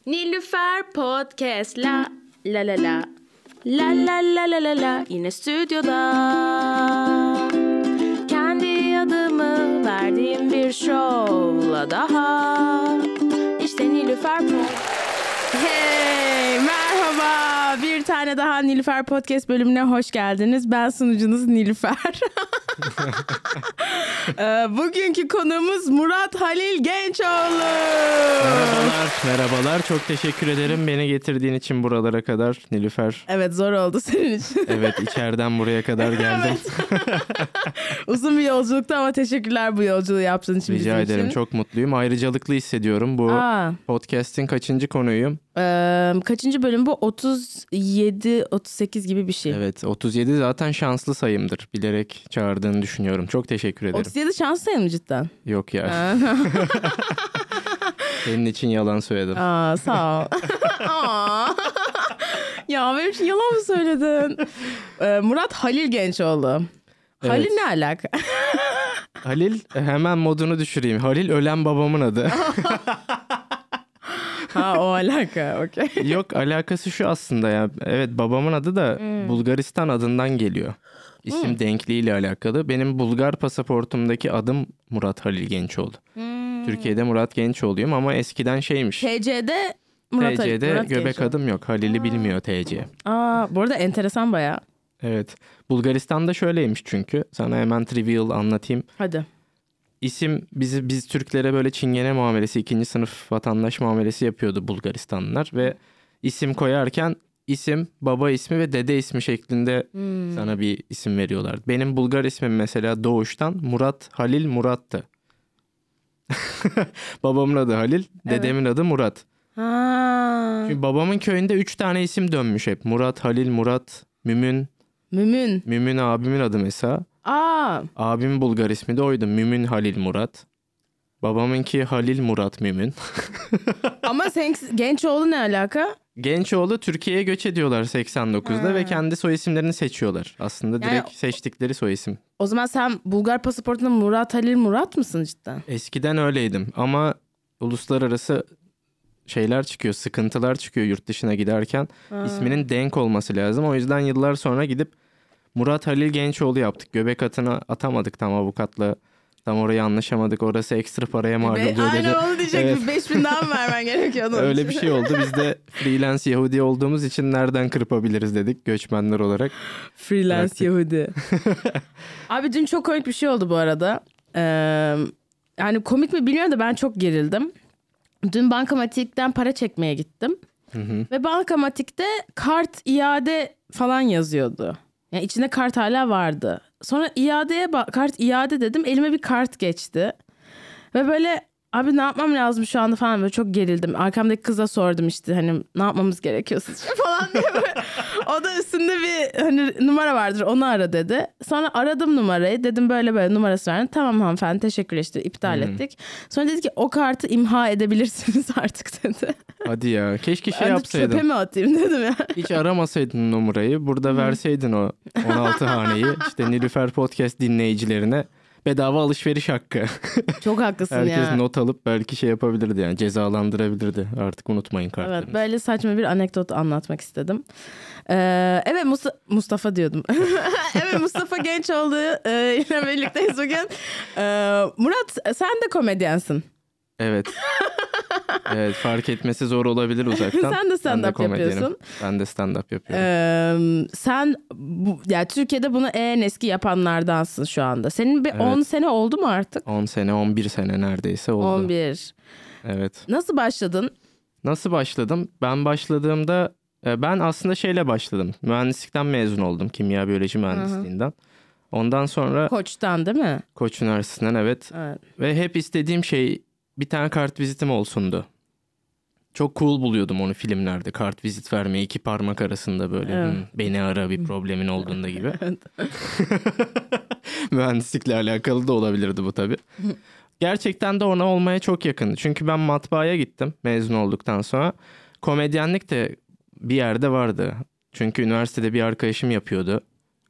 Nilüfer Podcast la la la la la la la la la la yine stüdyoda. Kendi adımı verdiğim bir şovla daha. İşte Nilüfer Podcast. Hey, merhaba. Bir tane daha Nilüfer Podcast bölümüne hoş geldiniz. Ben sunucunuz Nilüfer. Bugünkü konuğumuz Murat Halil Gençoğlu. Merhabalar. Çok teşekkür ederim beni getirdiğin için buralara kadar Nilüfer. Evet, zor oldu senin için. Evet, içeriden buraya kadar geldim. Uzun bir yolculuktu ama teşekkürler bu yolculuğu yaptığın için. Rica ederim. Için. Çok mutluyum. Ayrıcalıklı hissediyorum. Bu podcast'in kaçıncı konuyum? Kaçıncı bölüm bu? 37-38 gibi bir şey. Evet, 37 zaten şanslı sayımdır. Bilerek çağırdığını düşünüyorum. Çok teşekkür ederim. 37 şanslı sayım mı cidden? Yok ya. Senin için yalan söyledim. Sağ ol. Ya benim için yalan mı söyledin? Murat Halil Gençoğlu. Evet. Halil ne alaka? Halil, hemen modunu düşüreyim. Halil ölen babamın adı. Ha, o alaka, okey. Yok, alakası şu aslında ya. Evet, babamın adı da Bulgaristan adından geliyor. İsim denkliğiyle alakalı. Benim Bulgar pasaportumdaki adım Murat Halil Gençoğlu. Türkiye'de Murat Gençoğlu'yum ama eskiden şeymiş. TC'de Murat TC'de Murat göbek Gençoğlu. adım yok. Halil'i bilmiyor TC. Bu arada enteresan bayağı. Evet. Bulgaristan'da şöyleymiş çünkü. Sana hemen trivial anlatayım. Hadi. İsim biz Türklere böyle çingene muamelesi, ikinci sınıf vatandaş muamelesi yapıyordu Bulgaristanlılar ve isim koyarken isim, baba ismi ve dede ismi şeklinde sana bir isim veriyorlar. Benim Bulgar ismim mesela doğuştan Murat Halil Murat'tı. Babamın adı Halil, dedemin adı Murat. Çünkü babamın köyünde 3 tane isim dönmüş hep. Murat, Halil, Murat, Mümin. Mümin abimin adı mesela. Abimin Bulgar ismi de oydu. Mümin Halil Murat. Babamınki Halil Murat Mümin. Ama sen Gençoğlu ne alaka? Gençoğlu Türkiye'ye göç ediyorlar 89'da ve kendi soy isimlerini seçiyorlar. Aslında direkt seçtikleri soy isim. O zaman sen Bulgar pasaportunda Murat Halil Murat mısın cidden? Eskiden öyleydim ama uluslararası şeyler çıkıyor, sıkıntılar çıkıyor yurt dışına giderken. İsminin denk olması lazım. O yüzden yıllar sonra gidip Murat Halil Gençoğlu yaptık. Göbek atını atamadık tam avukatla. Tam orayı anlaşamadık. Orası ekstra paraya mal oluyor dedi. Aynen onu diyecektim. Evet. 5.000 daha mı vermen gerekiyordu? Öyle bir şey oldu. Biz de freelance Yahudi olduğumuz için nereden kırpabiliriz dedik göçmenler olarak. Freelance Yahudi. Abi dün çok komik bir şey oldu bu arada. Yani komik mi bilmiyorum da ben çok gerildim. Dün bankamatikten para çekmeye gittim. Ve bankamatikte kart iade falan yazıyordu. Yani içinde kart hala vardı. Sonra kart iade dedim. Elime bir kart geçti. Ve böyle abi ne yapmam lazım şu anda falan böyle çok gerildim. Arkamdaki kıza sordum işte hani ne yapmamız gerekiyor sizce falan diye böyle. O da üstünde bir hani numara vardır onu ara dedi. Sonra aradım numarayı dedim böyle numarası verdim. Tamam hanımefendi teşekkürler işte iptal ettik. Sonra dedi ki o kartı imha edebilirsiniz artık dedi. Hadi ya keşke ben yapsaydın. Çöpe mi atayım dedim ya. Hiç aramasaydın numarayı burada verseydin o 16 haneyi işte Nilüfer Podcast dinleyicilerine. Bedava alışveriş hakkı. Çok haklısın Herkes ya. not alıp belki şey yapabilirdi yani cezalandırabilirdi. Artık unutmayın kartlarınızı. Evet böyle saçma bir anekdot anlatmak istedim. Evet Mustafa diyordum. Evet Mustafa Gençoğlu ile birlikteyiz bugün. Murat sen de komedyensin. Evet. Evet fark etmesi zor olabilir uzaktan. Sen de stand-up yapıyorsun. Ben de stand-up yapıyorum. Sen yani Türkiye'de bunu en eski yapanlardansın şu anda. Senin bir 10 sene oldu mu artık? 10 sene 11 sene neredeyse oldu. 11. Evet. Nasıl başladın? Nasıl başladım? Ben başladığımda ben aslında şeyle başladım. Mühendislikten mezun oldum. Kimya biyoloji mühendisliğinden. Ondan sonra Koç'tan değil mi? Koç Üniversitesi'nden evet. Ve hep istediğim şey bir tane kart vizitim olsundu. Çok cool buluyordum onu filmlerde. Kart vizit vermeyi 2 parmak arasında böyle. Beni ara bir problemin olduğunda gibi. Mühendislikle alakalı da olabilirdi bu tabii. Gerçekten de ona olmaya çok yakın. Çünkü ben matbaaya gittim mezun olduktan sonra. Komedyenlik de bir yerde vardı. Çünkü üniversitede bir arkadaşım yapıyordu.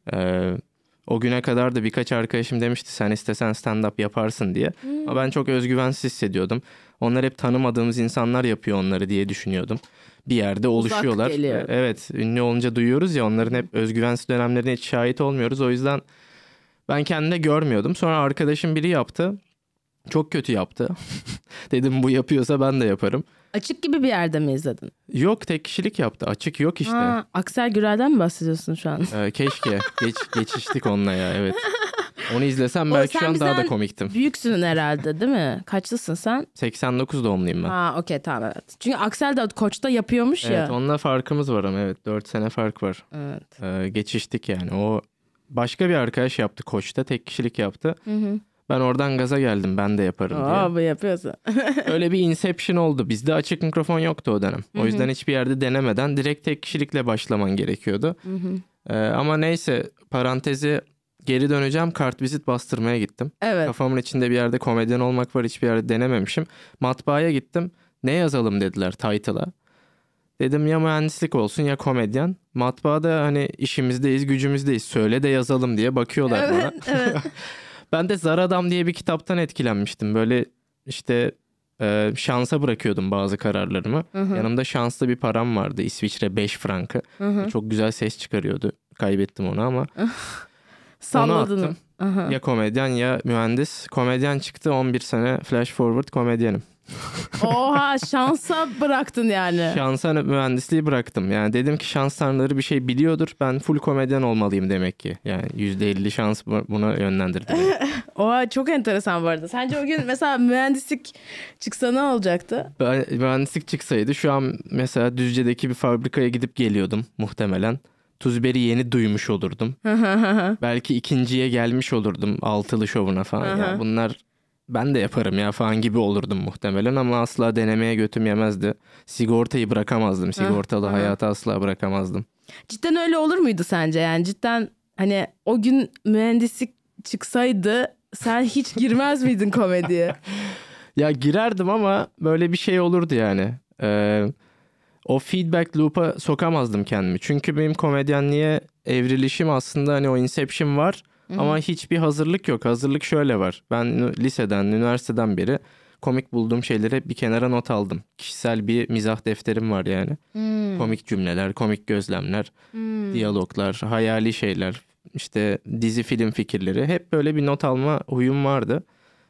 O güne kadar da birkaç arkadaşım demişti sen istesen stand-up yaparsın diye. Ama ben çok özgüvensiz hissediyordum. Onlar hep tanımadığımız insanlar yapıyor onları diye düşünüyordum. Bir yerde oluşuyorlar. Uzak geliyor. Evet, ünlü olunca duyuyoruz ya, onların hep özgüvensiz dönemlerine hiç şahit olmuyoruz. O yüzden ben kendimde görmüyordum. Sonra arkadaşım biri yaptı. Çok kötü yaptı. Dedim bu yapıyorsa ben de yaparım. Açık gibi bir yerde mi izledin? Yok, tek kişilik yaptı. Açık yok işte. Ha, Aksel Gürel'den mi bahsediyorsun şu an? Keşke. Geçiştik onunla ya, evet. Onu izlesem O, belki sen şu an daha da bizden komiktim. Büyüksün herhalde değil mi? Kaçlısın sen? 89 doğumluyum ben. Ha okey tamam evet. Çünkü Aksel de Koç'ta yapıyormuş ya. Evet, onunla farkımız var ama evet 4 sene fark var. Evet. Geçiştik yani. O başka bir arkadaş yaptı Koç'ta, tek kişilik yaptı. Hı. Ben oradan gaza geldim, ben de yaparım diye. Aa, bu yapıyorsun. Öyle bir inception oldu. Bizde açık mikrofon yoktu o dönem. O yüzden hiçbir yerde denemeden direkt tek kişilikle başlaman gerekiyordu. Ama neyse, parantezi geri döneceğim. Kartvizit bastırmaya gittim. Evet. Kafamın içinde bir yerde komedyen olmak var, hiçbir yerde denememişim. Matbaaya gittim. Ne yazalım dediler title'a. Dedim ya mühendislik olsun ya komedyen. Matbaada hani işimizdeyiz, gücümüzdeyiz. Söyle de yazalım diye bakıyorlar bana. Evet. Ben de Zar Adam diye bir kitaptan etkilenmiştim. Böyle işte şansa bırakıyordum bazı kararlarımı. Yanımda şanslı bir param vardı. İsviçre 5 frankı. Çok güzel ses çıkarıyordu. Kaybettim onu ama. Salladın Onu mı? attım. Ya komedyen ya mühendis. Komedyen çıktı, 11 sene flash forward komedyenim. Oha, şansa bıraktın yani. Şansa mühendisliği bıraktım. Yani dedim ki şans tanrıları bir şey biliyordur. Ben full komedyen olmalıyım demek ki. Yani %50 şans buna yönlendirdi beni. Oha, çok enteresan bu arada. Sence o gün mesela mühendislik çıksa ne olacaktı? Mühendislik çıksaydı şu an mesela Düzce'deki bir fabrikaya gidip geliyordum muhtemelen. Tuzber'i yeni duymuş olurdum. Belki ikinciye gelmiş olurdum altılı şovuna falan. Ya bunlar ben de yaparım ya falan gibi olurdum muhtemelen ama asla denemeye götüm yemezdi. Sigortayı bırakamazdım. Sigortalı hayatı asla bırakamazdım. Cidden öyle olur muydu sence? Yani cidden hani o gün mühendislik çıksaydı sen hiç girmez miydin komediye? Ya girerdim ama böyle bir şey olurdu yani. O feedback loop'a sokamazdım kendimi. Çünkü benim komedyenliğe evrilişim aslında hani o inception var. Ama hiçbir hazırlık yok. Hazırlık şöyle var. Ben liseden, üniversiteden beri komik bulduğum şeyleri bir kenara not aldım. Kişisel bir mizah defterim var yani. Komik cümleler, komik gözlemler, diyaloglar, hayali şeyler, işte dizi film fikirleri. Hep böyle bir not alma huyum vardı.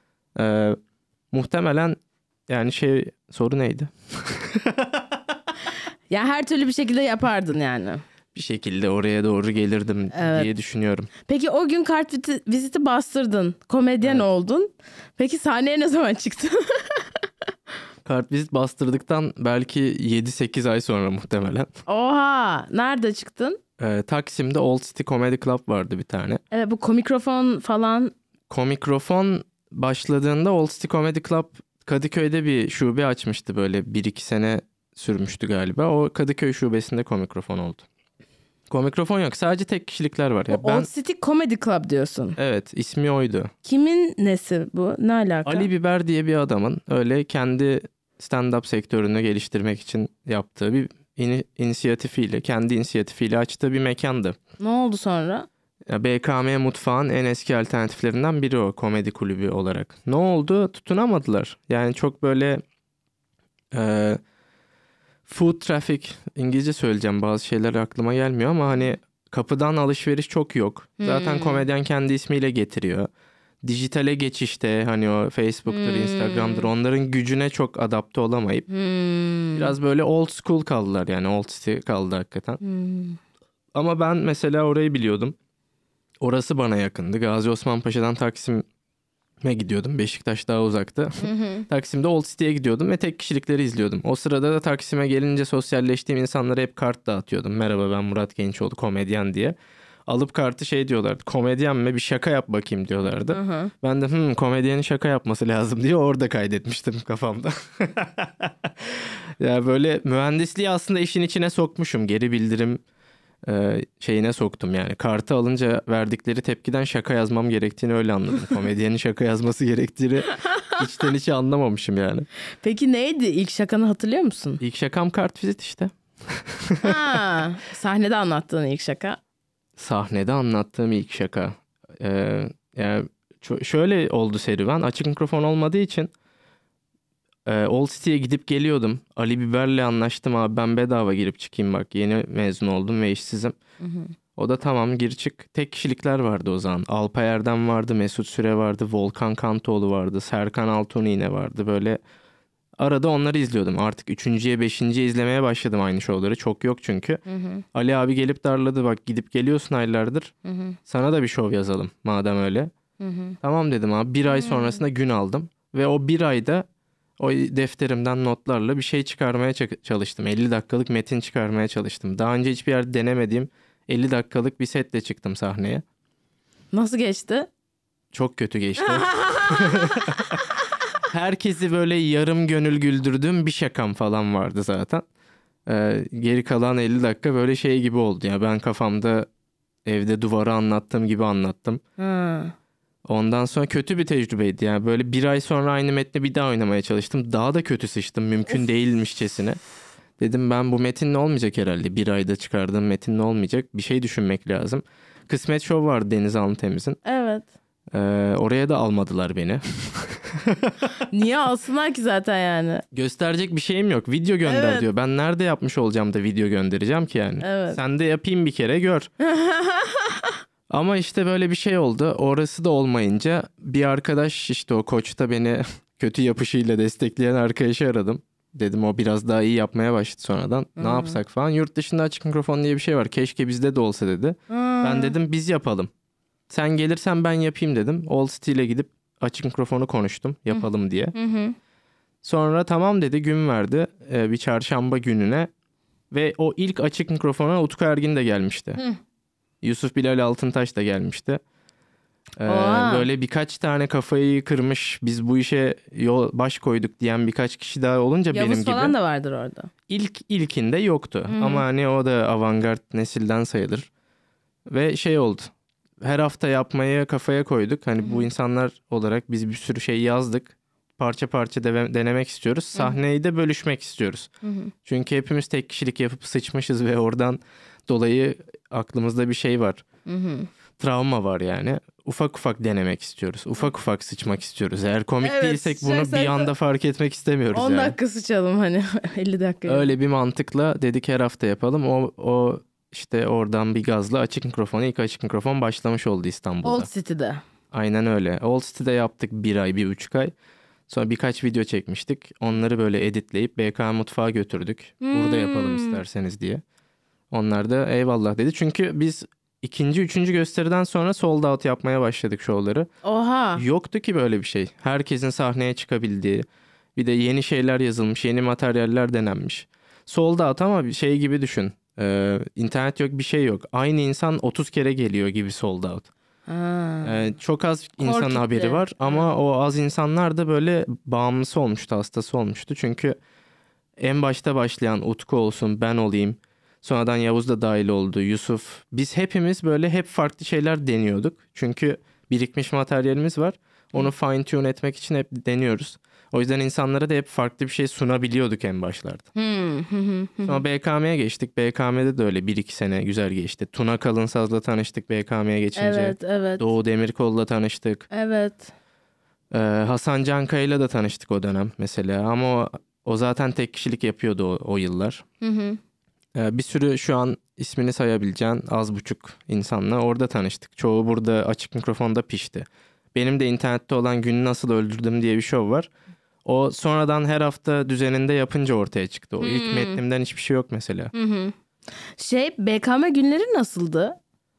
Muhtemelen yani soru neydi? Ya her türlü bir şekilde yapardın yani. Bir şekilde oraya doğru gelirdim diye düşünüyorum. Peki o gün viziti bastırdın. Komedyen oldun. Peki sahneye ne zaman çıktın? Kartvizit bastırdıktan belki 7-8 ay sonra muhtemelen. Oha, nerede çıktın? Taksim'de Old City Comedy Club vardı bir tane. Evet, bu komikrofon falan. Komikrofon başladığında Old City Comedy Club Kadıköy'de bir şube açmıştı, böyle 1-2 sene sürmüştü galiba. O Kadıköy şubesinde komikrofon oldu. Komikrofon yok, sadece tek kişilikler var. Ya Old City Comedy Club diyorsun. Evet, ismi oydu. Kimin nesi bu? Ne alaka? Ali Biber diye bir adamın öyle kendi stand-up sektörünü geliştirmek için yaptığı bir inisiyatifiyle, kendi inisiyatifiyle açtığı bir mekandı. Ne oldu sonra? Ya BKM Mutfağın en eski alternatiflerinden biri o, komedi kulübü olarak. Ne oldu? Tutunamadılar. Yani çok böyle food traffic, İngilizce söyleyeceğim, bazı şeyler aklıma gelmiyor ama hani kapıdan alışveriş çok yok. Zaten komedyen kendi ismiyle getiriyor. Dijitale geçişte hani o Facebook'tur, Instagram'dır, onların gücüne çok adapte olamayıp biraz böyle old school kaldılar, yani old city kaldı hakikaten. Ama ben mesela orayı biliyordum. Orası bana yakındı. Gazi Osman Paşa'dan Taksim'e gidiyordum. Beşiktaş daha uzaktı. Taksim'de Old City'ye gidiyordum ve tek kişilikleri izliyordum. O sırada da Taksim'e gelince sosyalleştiğim insanlara hep kart dağıtıyordum. Merhaba, ben Murat Gençoğlu, komedyen diye. Alıp kartı diyorlardı. Komedyen mi, bir şaka yap bakayım diyorlardı. Ben de komedyenin şaka yapması lazım diye orada kaydetmiştim kafamda. Ya böyle mühendisliği aslında işin içine sokmuşum. Geri bildirim şeyine soktum yani. Kartı alınca verdikleri tepkiden şaka yazmam gerektiğini öyle anladım. Komedyenin şaka yazması gerektiğini içten içe anlamamışım yani. Peki neydi ilk şakanı, hatırlıyor musun? İlk şakam kartvizit işte. Ha, sahnede anlattığın ilk şaka. Sahnede anlattığım ilk şaka. Yani şöyle oldu serüven. Açık mikrofon olmadığı için Old City'ye gidip geliyordum. Ali Biber'le anlaştım, abi ben bedava girip çıkayım, bak yeni mezun oldum ve işsizim. O da tamam gir çık. Tek kişilikler vardı o zaman. Alpay Erdem vardı, Mesut Süre vardı, Volkan Kantoğlu vardı, Serkan Altun yine vardı. Böyle arada onları izliyordum. Artık 3.'ye 5.'ye izlemeye başladım aynı şovları. Çok yok çünkü. Ali abi gelip darladı, bak gidip geliyorsun aylardır. Sana da bir şov yazalım madem öyle. Tamam dedim abi. Bir ay sonrasında gün aldım. Ve o bir ayda o defterimden notlarla bir şey çıkarmaya çalıştım. 50 dakikalık metin çıkarmaya çalıştım. Daha önce hiçbir yerde denemediğim 50 dakikalık bir setle çıktım sahneye. Nasıl geçti? Çok kötü geçti. Herkesi böyle yarım gönül güldürdüğüm bir şakam falan vardı zaten. Geri kalan 50 dakika böyle şey gibi oldu ya. Ben kafamda evde duvara anlattığım gibi anlattım. Ondan sonra kötü bir tecrübeydi. Yani böyle bir ay sonra aynı metni bir daha oynamaya çalıştım. Daha da kötü sıçtım. Mümkün değilmişçesine. Dedim ben bu metinle olmayacak herhalde. Bir ayda çıkardığım metinle olmayacak. Bir şey düşünmek lazım. Kısmet Show vardı Deniz Alnıtemiz'in. Evet. Oraya da almadılar beni. Niye alsınlar ki zaten yani? Gösterecek bir şeyim yok. Video gönder diyor. Ben nerede yapmış olacağım da video göndereceğim ki yani. Evet. Sen de yapayım bir kere gör. Ama işte böyle bir şey oldu. Orası da olmayınca bir arkadaş, işte o Koç'ta beni kötü yapışıyla destekleyen arkadaşı aradım. Dedim o biraz daha iyi yapmaya başladı sonradan. Ne yapsak falan. Yurt dışında açık mikrofon diye bir şey var. Keşke bizde de olsa dedi. Ben dedim biz yapalım. Sen gelirsen ben yapayım dedim. Old City ile gidip açık mikrofonu konuştum yapalım diye. Sonra tamam dedi, gün verdi bir çarşamba gününe. Ve o ilk açık mikrofona Utku Ergin de gelmişti. Yusuf Bilal Altıntaş da gelmişti. Böyle birkaç tane kafayı kırmış, biz bu işe baş koyduk diyen birkaç kişi daha olunca Yavuz benim gibi. falan da vardır orada. İlkinde yoktu. Ama hani o da avantgard nesilden sayılır. Ve şey oldu. Her hafta yapmayı kafaya koyduk. Hani bu insanlar olarak biz bir sürü şey yazdık. Parça parça denemek istiyoruz. Sahneyi de bölüşmek istiyoruz. Çünkü hepimiz tek kişilik yapıp sıçmışız ve oradan dolayı aklımızda bir şey var. Travma var yani. Ufak ufak denemek istiyoruz. Ufak ufak sıçmak istiyoruz. Eğer komik değilsek bunu bir anda fark etmek istemiyoruz 10 yani. 10 dakika sıçalım hani 50 dakika. Öyle bir mantıkla dedik her hafta yapalım. O işte oradan bir gazla açık mikrofonu, ilk açık mikrofon başlamış oldu İstanbul'da. Old City'de. Aynen öyle. Old City'de yaptık 1-1,5 ay. Sonra birkaç video çekmiştik. Onları böyle editleyip BK Mutfağa götürdük. Burada yapalım isterseniz diye. Onlar da eyvallah dedi. Çünkü biz ikinci, üçüncü gösteriden sonra sold out yapmaya başladık şovları. Oha. Yoktu ki böyle bir şey. Herkesin sahneye çıkabildiği, bir de yeni şeyler yazılmış, yeni materyaller denenmiş. Sold out ama bir şey gibi düşün. İnternet yok, bir şey yok. Aynı insan 30 kere geliyor gibi sold out. Çok az insanın haberi var ama o az insanlar da böyle bağımlısı olmuştu, hastası olmuştu. Çünkü en başta başlayan Utku olsun, ben olayım. Sonradan Yavuz da dahil oldu, Yusuf. Biz hepimiz böyle hep farklı şeyler deniyorduk. Çünkü birikmiş materyalimiz var. Onu fine tune etmek için hep deniyoruz. O yüzden insanlara da hep farklı bir şey sunabiliyorduk en başlarda. Sonra BKM'ye geçtik. BKM'de de öyle 1-2 sene güzel geçti. Tuna Kalınsaz'la tanıştık BKM'ye geçince. Evet. Doğu Demirkol'la tanıştık. Evet. Hasan Cankaya'yla da tanıştık o dönem mesela. Ama o zaten tek kişilik yapıyordu o yıllar. Bir sürü şu an ismini sayabileceğin az buçuk insanla orada tanıştık. Çoğu burada açık mikrofonda pişti. Benim de internette olan Günü Nasıl Öldürdüm diye bir şov var. O sonradan her hafta düzeninde yapınca ortaya çıktı. O ilk metnimden hiçbir şey yok mesela. BKM günleri nasıldı?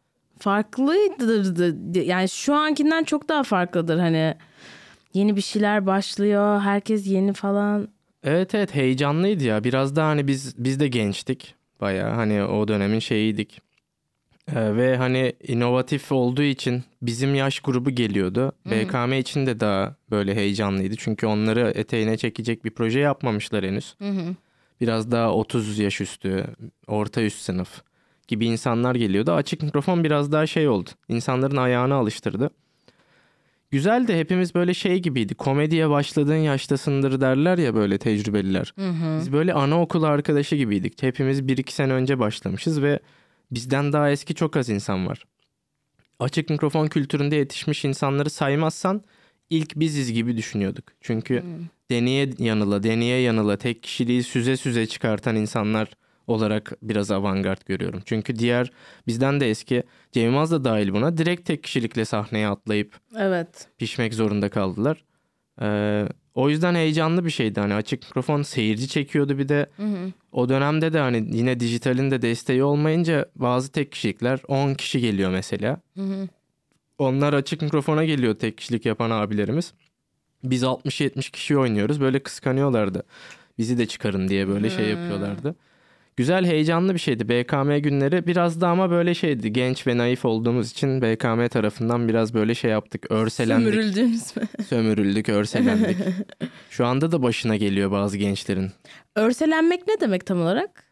Farklıydı. Yani şu ankinden çok daha farklıdır. Hani yeni bir şeyler başlıyor. Herkes yeni falan. Evet heyecanlıydı ya. Biraz da hani biz de gençtik. Bayağı hani o dönemin şeyiydik. Ve hani inovatif olduğu için bizim yaş grubu geliyordu. BKM için de daha böyle heyecanlıydı. Çünkü onları eteğine çekecek bir proje yapmamışlar henüz. Biraz daha 30 yaş üstü, orta üst sınıf gibi insanlar geliyordu. Açık mikrofon biraz daha şey oldu. İnsanların ayağına alıştırdı. Güzel de hepimiz böyle şey gibiydi. Komediye başladığın yaştasındır derler ya böyle tecrübeliler. Biz böyle anaokulu arkadaşı gibiydik. Hepimiz 1-2 sene önce başlamışız ve bizden daha eski çok az insan var. Açık mikrofon kültüründe yetişmiş insanları saymazsan ilk biziz gibi düşünüyorduk. Çünkü deneye yanıla tek kişiliği süze süze çıkartan insanlar olarak biraz avantgard görüyorum. Çünkü diğer bizden de eski Cem Yılmaz da dahil buna direkt tek kişilikle sahneye atlayıp Evet. pişmek zorunda kaldılar. O yüzden heyecanlı bir şeydi. Hani açık mikrofon seyirci çekiyordu bir de. O dönemde de hani yine dijitalin de desteği olmayınca bazı tek kişilikler 10 kişi geliyor mesela. Onlar açık mikrofona geliyor tek kişilik yapan abilerimiz. Biz 60-70 kişi oynuyoruz. Böyle kıskanıyorlardı. Bizi de çıkarın diye böyle şey yapıyorlardı. Güzel, heyecanlı bir şeydi. BKM günleri biraz da ama böyle şeydi. Genç ve naif olduğumuz için BKM tarafından biraz böyle şey yaptık. Örselendik. Sömürüldünüz mü? Sömürüldük, örselendik. Şu anda da başına geliyor bazı gençlerin. Örselenmek ne demek tam olarak?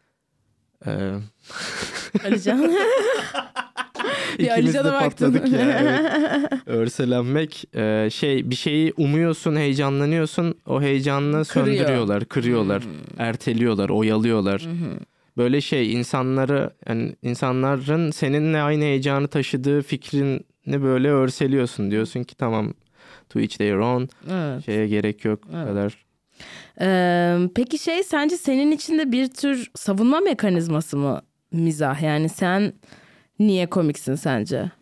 Alican. İkimiz de Alican'a baktım. patladık ya. Evet. Örselenmek bir şeyi umuyorsun, heyecanlanıyorsun. O heyecanını söndürüyorlar, kırıyorlar, erteliyorlar, oyalıyorlar. Böyle insanların seninle aynı heyecanı taşıdığı fikrini böyle örseliyorsun. Diyorsun ki tamam, to each their own. Evet. Şeye gerek yok bu kadar. Peki sence senin için de bir tür savunma mekanizması mı mizah? Yani sen niye komiksin sence?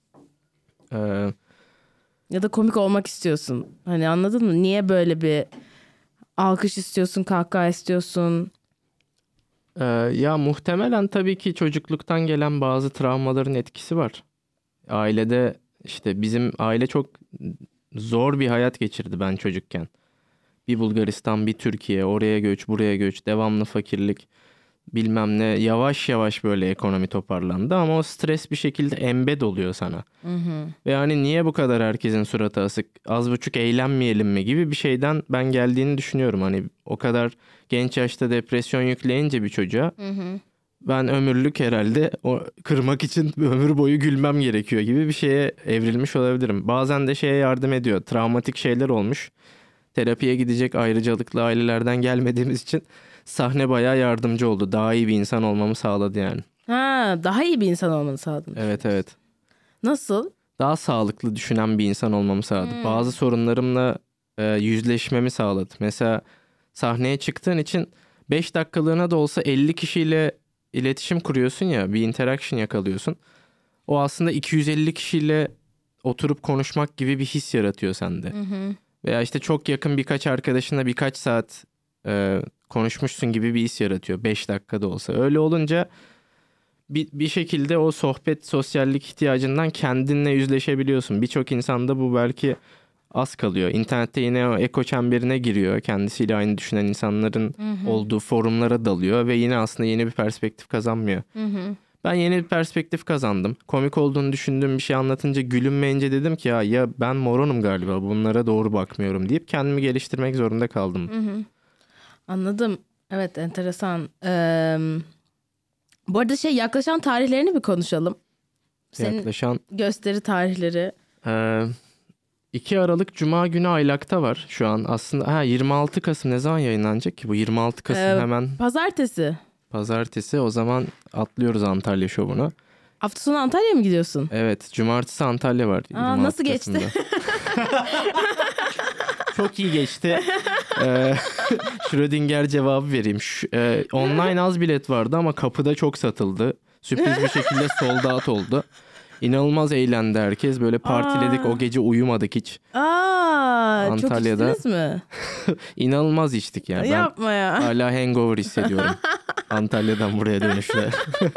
Ya da komik olmak istiyorsun. Hani anladın mı? Niye böyle bir alkış istiyorsun, kahkaha istiyorsun? Ya muhtemelen tabii ki çocukluktan gelen bazı travmaların etkisi var. Ailede işte bizim aile çok zor bir hayat geçirdi ben çocukken. Bir Bulgaristan, bir Türkiye, oraya göç, buraya göç, devamlı fakirlik, bilmem ne. Yavaş yavaş böyle ekonomi toparlandı ama o stres bir şekilde embed oluyor sana. Ve yani niye bu kadar herkesin suratı asık, az buçuk eğlenmeyelim mi gibi bir şeyden ben geldiğini düşünüyorum. Hani o kadar genç yaşta depresyon yükleyince bir çocuğa ben ömürlük herhalde o kırmak için ömür boyu gülmem gerekiyor gibi bir şeye evrilmiş olabilirim. Bazen de şeye yardım ediyor. Travmatik şeyler olmuş. Terapiye gidecek ayrıcalıklı ailelerden gelmediğimiz için sahne bayağı yardımcı oldu. Daha iyi bir insan olmamı sağladı yani. Ha, daha iyi bir insan olmanı sağladın. Evet. Nasıl? Daha sağlıklı düşünen bir insan olmamı sağladı. Bazı sorunlarımla yüzleşmemi sağladı. Mesela sahneye çıktığın için 5 dakikalığına da olsa 50 kişiyle iletişim kuruyorsun ya, bir interaction yakalıyorsun. O aslında 250 kişiyle oturup konuşmak gibi bir his yaratıyor sende. Veya işte çok yakın birkaç arkadaşınla birkaç saat konuşmuşsun gibi bir his yaratıyor. 5 dakikada olsa. Öyle olunca bir şekilde o sohbet, sosyallik ihtiyacından kendinle yüzleşebiliyorsun. Birçok insanda bu belki az kalıyor. İnternette yine o eko çemberine giriyor. Kendisiyle aynı düşünen insanların olduğu forumlara dalıyor ve yine aslında yeni bir perspektif kazanmıyor. Ben yeni bir perspektif kazandım. Komik olduğunu düşündüğüm bir şey anlatınca gülünmeyince dedim ki ya ben moronum galiba, bunlara doğru bakmıyorum deyip kendimi geliştirmek zorunda kaldım. Anladım. Evet, enteresan. Bu arada yaklaşan tarihlerini bir konuşalım. Senin Yaklaşan gösteri tarihleri. 2 Aralık Cuma günü Aylak'ta var şu an. Aslında 26 Kasım ne zaman yayınlanacak ki bu? 26 Kasım hemen. Pazartesi. Pazartesi, o zaman atlıyoruz Antalya şovunu. Hafta sonu Antalya'ya mı gidiyorsun? Evet, cumartesi Antalya var. Nasıl geçti? Çok iyi geçti. Schrödinger cevabı vereyim. Online az bilet vardı ama kapıda çok satıldı. Sürpriz bir şekilde sold out oldu. İnanılmaz eğlendi herkes. Böyle partiledik. O gece uyumadık hiç. Antalya'da. Çok içtiniz mi? İnanılmaz içtik yani. Yapma ya. Hala hangover hissediyorum. Antalya'dan buraya dönüşte.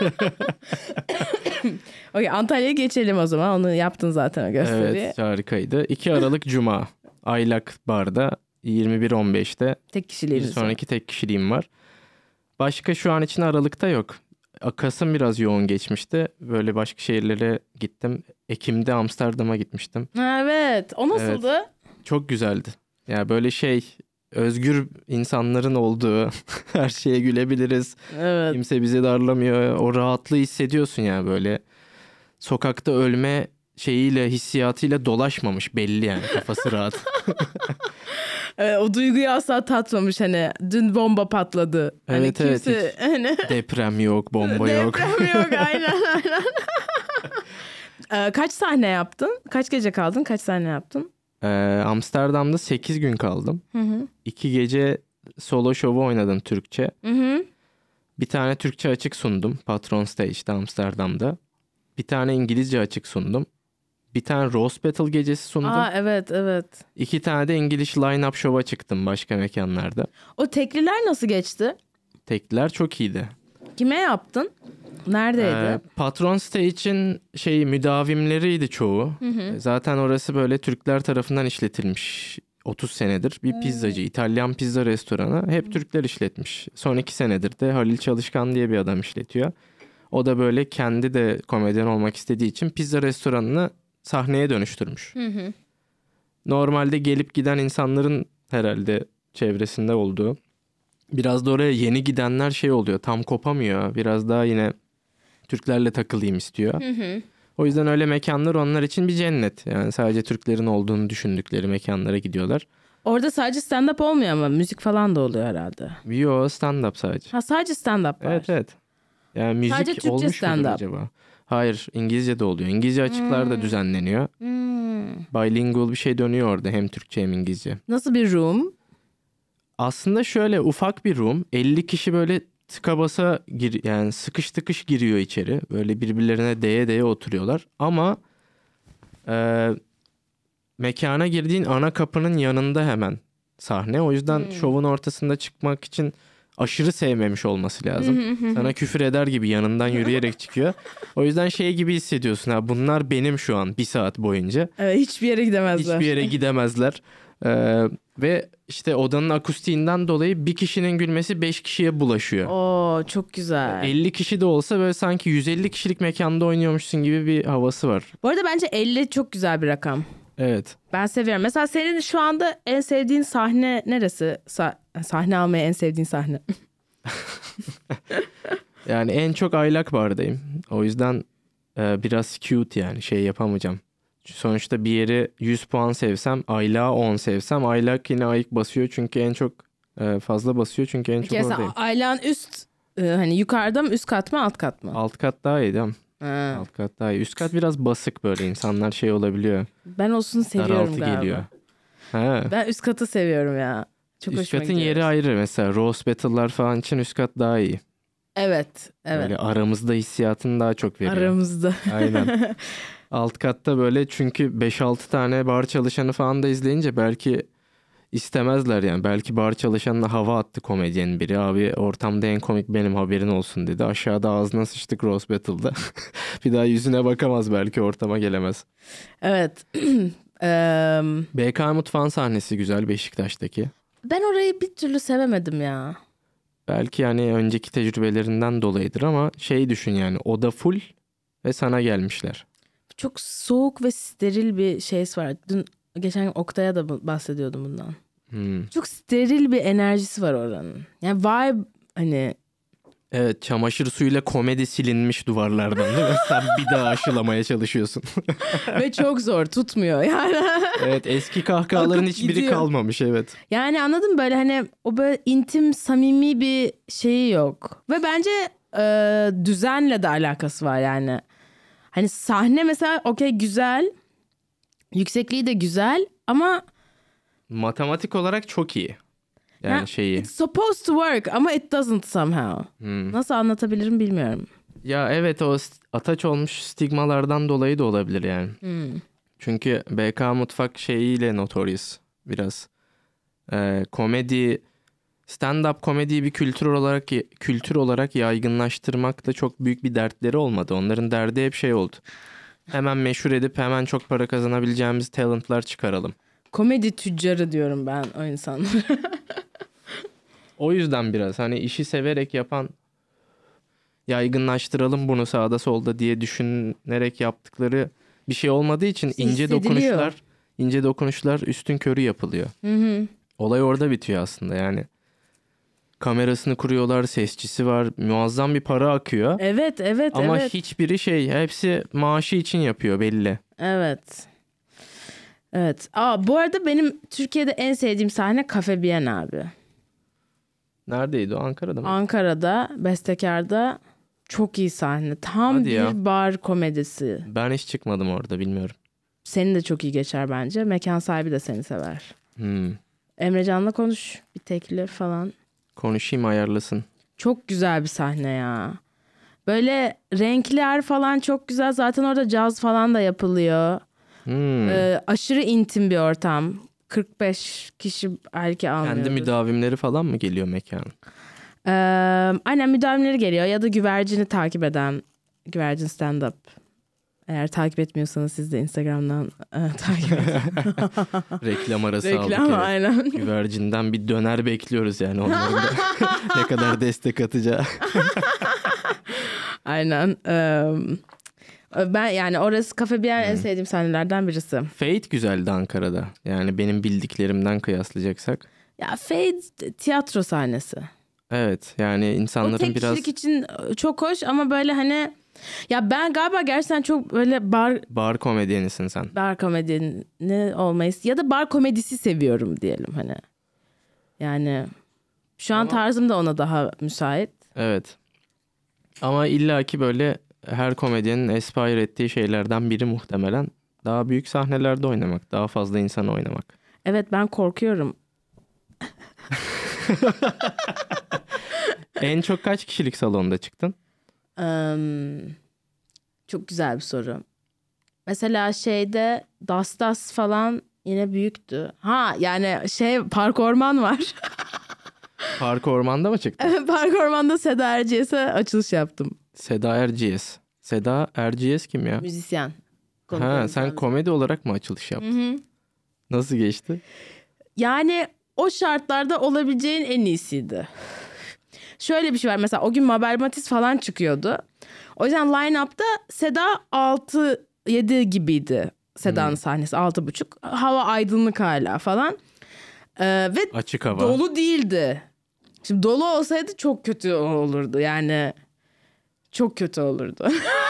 Okay, Antalya'ya geçelim o zaman. Onu yaptın zaten o gösteriyi. Evet, harikaydı. 2 Aralık Cuma. Aylak Bar'da 21.15'te. Tek kişiliğimiz. Bir sonraki tek kişiliğim var. Başka şu an için Aralık'ta yok. Kasım biraz yoğun geçmişti. Böyle başka şehirlere gittim. Ekim'de Amsterdam'a gitmiştim. Evet. O nasıldı? Evet, çok güzeldi. Yani böyle özgür insanların olduğu, her şeye gülebiliriz. Evet. Kimse bizi darlamıyor. O rahatlığı hissediyorsun ya böyle. Sokakta ölme hissiyatıyla dolaşmamış belli yani, kafası rahat. O duyguyu asla tatmamış, hani dün bomba patladı. Evet, kimse, hani... Deprem yok, bomba yok. Deprem yok, aynen. Kaç sahne yaptın? Kaç gece kaldın? Kaç sahne yaptın? Amsterdam'da 8 gün kaldım. Hı hı. 2 gece solo şovu oynadım Türkçe. Hı hı. Bir tane Türkçe açık sundum Patron Stage'de Amsterdam'da. Bir tane İngilizce açık sundum. Bir tane Roast Battle gecesi sundum. Aa, evet evet. 2 tane de İngiliz line-up şova çıktım başka mekanlarda. O tekliler nasıl geçti? Tekliler çok iyiydi. Kime yaptın? Neredeydi? Patron Stage'in müdavimleriydi çoğu. Zaten orası böyle Türkler tarafından işletilmiş 30 senedir. Bir pizzacı, İtalyan pizza restoranı. Hep Türkler işletmiş. Son 2 senedir de Halil Çalışkan diye bir adam işletiyor. O da böyle kendi de komedyen olmak istediği için pizza restoranını sahneye dönüştürmüş. Normalde gelip giden insanların herhalde çevresinde olduğu. Biraz da oraya yeni gidenler oluyor. Tam kopamıyor. Biraz daha yine Türklerle takılayım istiyor. O yüzden öyle mekanlar onlar için bir cennet. Yani sadece Türklerin olduğunu düşündükleri mekanlara gidiyorlar. Orada sadece stand-up olmuyor ama müzik falan da oluyor herhalde. Yo, stand-up sadece. Ha, sadece stand-up var. Evet. Yani müzik Sadece Türkçe olmuş mudur stand-up. acaba? Hayır, İngilizce de oluyor. İngilizce açıklar da düzenleniyor. Bilingual bir şey dönüyor orada, hem Türkçe hem İngilizce. Nasıl bir room? Aslında şöyle ufak bir room. 50 kişi böyle tıka basa yani sıkış tıkış giriyor içeri. Böyle birbirlerine değe değe oturuyorlar. Ama mekana girdiğin ana kapının yanında hemen sahne. O yüzden şovun ortasında çıkmak için aşırı sevmemiş olması lazım. Sana küfür eder gibi yanından yürüyerek çıkıyor. O yüzden gibi hissediyorsun. Ha, bunlar benim şu an 1 saat boyunca. Evet, hiçbir yere gidemezler. Hiçbir yere gidemezler. Ve işte odanın akustiğinden dolayı bir kişinin gülmesi 5 kişiye bulaşıyor. Oo, çok güzel. 50 kişi de olsa böyle sanki 150 kişilik mekanda oynuyormuşsun gibi bir havası var. Bu arada bence 50 çok güzel bir rakam. Evet. Ben seviyorum. Mesela senin şu anda en sevdiğin sahne neresi? Sahne almaya en sevdiğin sahne. Yani en çok Aylak Bar'dayım. O yüzden biraz cute yani yapamayacağım. Sonuçta bir yeri 100 puan sevsem, Aylak'ı 10 sevsem, Aylak yine ayık basıyor çünkü en çok fazla basıyor çünkü en çok Mesela oradayım. Aylak'ın üst hani yukarıda mı, üst kat mı, alt kat mı? Alt kat daha iyi değil mi? Ha. Alt kat daha iyi. Üst kat biraz basık, böyle insanlar olabiliyor. Ben olsun seviyorum Daraltı galiba. geliyor. Ha. Ben üst katı seviyorum ya. Çok Üst hoşuma katın gidiyor. yeri ayrı. Mesela Roast Battle'lar falan için üst kat daha iyi. Evet. Böyle aramızda hissiyatını daha çok veriyor. Aramızda. Aynen. Alt katta böyle, çünkü 5-6 tane bar çalışanı falan da izleyince belki istemezler yani. Belki bar çalışanına hava attı komedyenin biri. Abi ortamda en komik benim, haberin olsun dedi. Aşağıda ağzına sıçtık Roast Battle'da. Bir daha yüzüne bakamaz, belki ortama gelemez. Evet. BK Mutfağın sahnesi güzel, Beşiktaş'taki. Ben orayı bir türlü sevemedim ya. Belki yani önceki tecrübelerinden dolayıdır ama düşün yani, oda full ve sana gelmişler. Çok soğuk ve steril bir var. Geçen gün Oktay'a da bahsediyordum bundan. Çok steril bir enerjisi var oranın. Yani vibe hani. Evet, çamaşır suyuyla komedi silinmiş duvarlardan değil mi? Sen bir daha aşılamaya çalışıyorsun. Ve çok zor, tutmuyor yani. Evet, eski kahkahaların Akıp hiçbiri gidiyor. kalmamış, evet. Yani anladın mı, böyle hani o böyle intim, samimi bir yok. Ve bence düzenle de alakası var yani. Hani sahne mesela okey güzel. Yüksekliği de güzel ama Matematik olarak çok iyi. Yani it's supposed to work ama it doesn't somehow. Nasıl anlatabilirim bilmiyorum. Ya evet, o ataç olmuş stigmalardan dolayı da olabilir yani. Çünkü BK Mutfak ile notorious biraz. Komedi, stand-up komediyi bir kültür olarak yaygınlaştırmak da çok büyük bir dertleri olmadı. Onların derdi hep oldu. Hemen meşhur edip hemen çok para kazanabileceğimiz talentlar çıkaralım. Komedi tüccarı diyorum ben o insanlara. O yüzden biraz hani işi severek yapan, yaygınlaştıralım bunu sağda solda diye düşünerek yaptıkları bir şey olmadığı için ince dokunuşlar üstün körü yapılıyor. Olay orada bitiyor aslında yani. Kamerasını kuruyorlar, sesçisi var, muazzam bir para akıyor. Evet. Ama hiçbiri hepsi maaşı için yapıyor belli. Evet. Bu arada benim Türkiye'de en sevdiğim sahne Cafe Bien abi. Neredeydi o? Ankara'da mı? Ankara'da, Bestekar'da çok iyi sahne. Tam Hadi bir ya. bar komedisi. Ben hiç çıkmadım orada, bilmiyorum. Senin de çok iyi geçer bence. Mekan sahibi de seni sever. Emrecan'la konuş. Bir teklif falan. Konuşayım, ayarlasın. Çok güzel bir sahne ya. Böyle renkler falan çok güzel. Zaten orada caz falan da yapılıyor. Aşırı intim bir ortam. 45 kişi belki almıyordur. Kendi müdavimleri falan mı geliyor mekanın? Aynen, müdavimleri geliyor ya da güvercini takip eden güvercin stand-up. Eğer takip etmiyorsanız siz de Instagram'dan takip edin. Reklam arası aldık. Reklam, aynen. Güvercinden bir döner bekliyoruz yani onların da ne kadar destek atacağı. Aynen. Ben yani orası Cafe Bien en sevdiğim sahnelerden birisi. Fate güzeldi Ankara'da. Yani benim bildiklerimden kıyaslayacaksak. Ya Fade tiyatro sahnesi. Evet, yani insanların o tek biraz... kişilik için çok hoş ama böyle hani... Ya ben galiba gerçekten çok böyle bar komedyenisin sen. Bar komedyeni olmayı ya da bar komedisi seviyorum diyelim hani. Yani şu an tarzım da ona daha müsait. Evet. Ama illaki böyle her komedyenin aspire ettiği şeylerden biri muhtemelen daha büyük sahnelerde oynamak, daha fazla insana oynamak. Evet, ben korkuyorum. En çok kaç kişilik salonda çıktın? Çok güzel bir soru. Mesela şeyde Das falan yine büyüktü. Ha yani Park Orman var. Park Orman'da mı çıktın? Park Orman'da Seda Erciyes'e açılış yaptım. Seda Erciyes. Seda Erciyes kim ya? Müzisyen. Ha, sen komedi olarak mı açılış yaptın? Hı-hı. Nasıl geçti? Yani o şartlarda olabileceğin en iyisiydi. Şöyle bir şey var, mesela o gün Mabel Matiz falan çıkıyordu. O yüzden line-up'ta Seda 6-7 gibiydi. Seda'nın sahnesi 6.30. Hava aydınlık hala falan. Ve açık hava. Dolu değildi. Şimdi dolu olsaydı çok kötü olurdu. Yani çok kötü olurdu.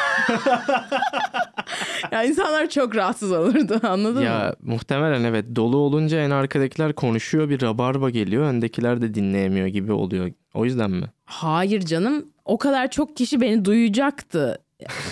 Ya insanlar çok rahatsız olurdu, anladın mı? Ya muhtemelen evet, dolu olunca en arkadakiler konuşuyor, bir rabarba geliyor, öndekiler de dinleyemiyor gibi oluyor. O yüzden mi? Hayır canım, o kadar çok kişi beni duyacaktı.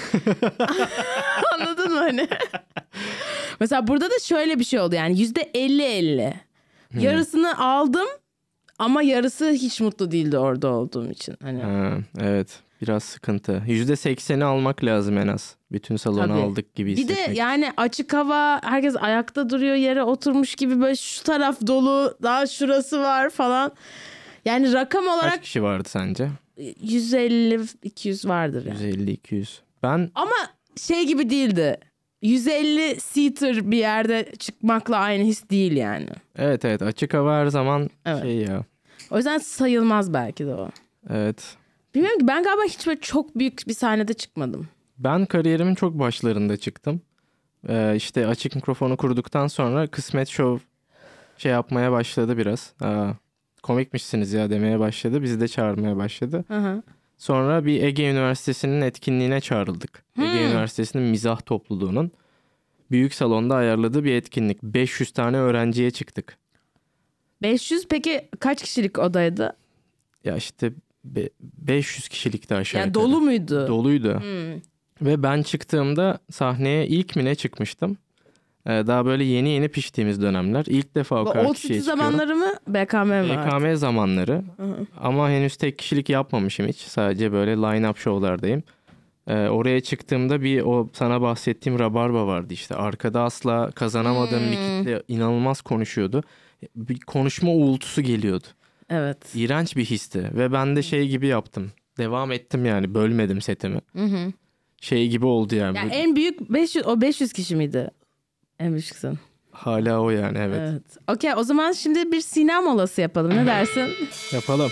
Anladın mı hani? Mesela burada da şöyle bir şey oldu, yani %50-50. Yarısını aldım ama yarısı hiç mutlu değildi orada olduğum için. Hani. Ha, evet, biraz sıkıntı. %80'i almak lazım en az. Bütün salonu Tabii. aldık gibi hissetmek. Bir de yani açık hava, herkes ayakta duruyor, yere oturmuş gibi, böyle şu taraf dolu, daha şurası var falan. Yani rakam olarak... Kaç kişi vardı sence? 150-200 vardır yani. 150-200. Ben... Ama gibi değildi. 150 seater bir yerde çıkmakla aynı his değil yani. Evet, açık hava her zaman ya. O yüzden sayılmaz belki de o. Evet. Bilmiyorum ki, ben galiba hiç böyle çok büyük bir sahnede çıkmadım. Ben kariyerimin çok başlarında çıktım. İşte açık mikrofonu kurduktan sonra Kısmet Show yapmaya başladı biraz. Komikmişsiniz ya demeye başladı. Bizi de çağırmaya başladı. Hı. Sonra bir Ege Üniversitesi'nin etkinliğine çağrıldık. Ege Üniversitesi'nin mizah topluluğunun büyük salonda ayarladığı bir etkinlik. 500 tane öğrenciye çıktık. 500, peki kaç kişilik odaydı? Ya işte 500 kişilikti aşağı Yani yukarı. dolu muydu? Doluydu. Ve ben çıktığımda sahneye ilk mi ne çıkmıştım? Daha böyle yeni piştiğimiz dönemler. İlk defa o kadar kişiye çıkıyorum. zamanları mı? BKM mi? BKM zamanları. Ama henüz tek kişilik yapmamışım hiç. Sadece böyle line-up şovlardayım. Oraya çıktığımda bir o sana bahsettiğim rabarba vardı işte. Arkada asla kazanamadığım bir kitle inanılmaz konuşuyordu. Bir konuşma uğultusu geliyordu. Evet. İğrenç bir histi. Ve ben de gibi yaptım. Devam ettim yani. Bölmedim setimi. Gibi oldu yani. Yani en büyük 500 kişi miydi? En büyük kısım. Hala o yani, evet. Okey, o zaman şimdi bir sinema molası yapalım. Ne dersin? Yapalım.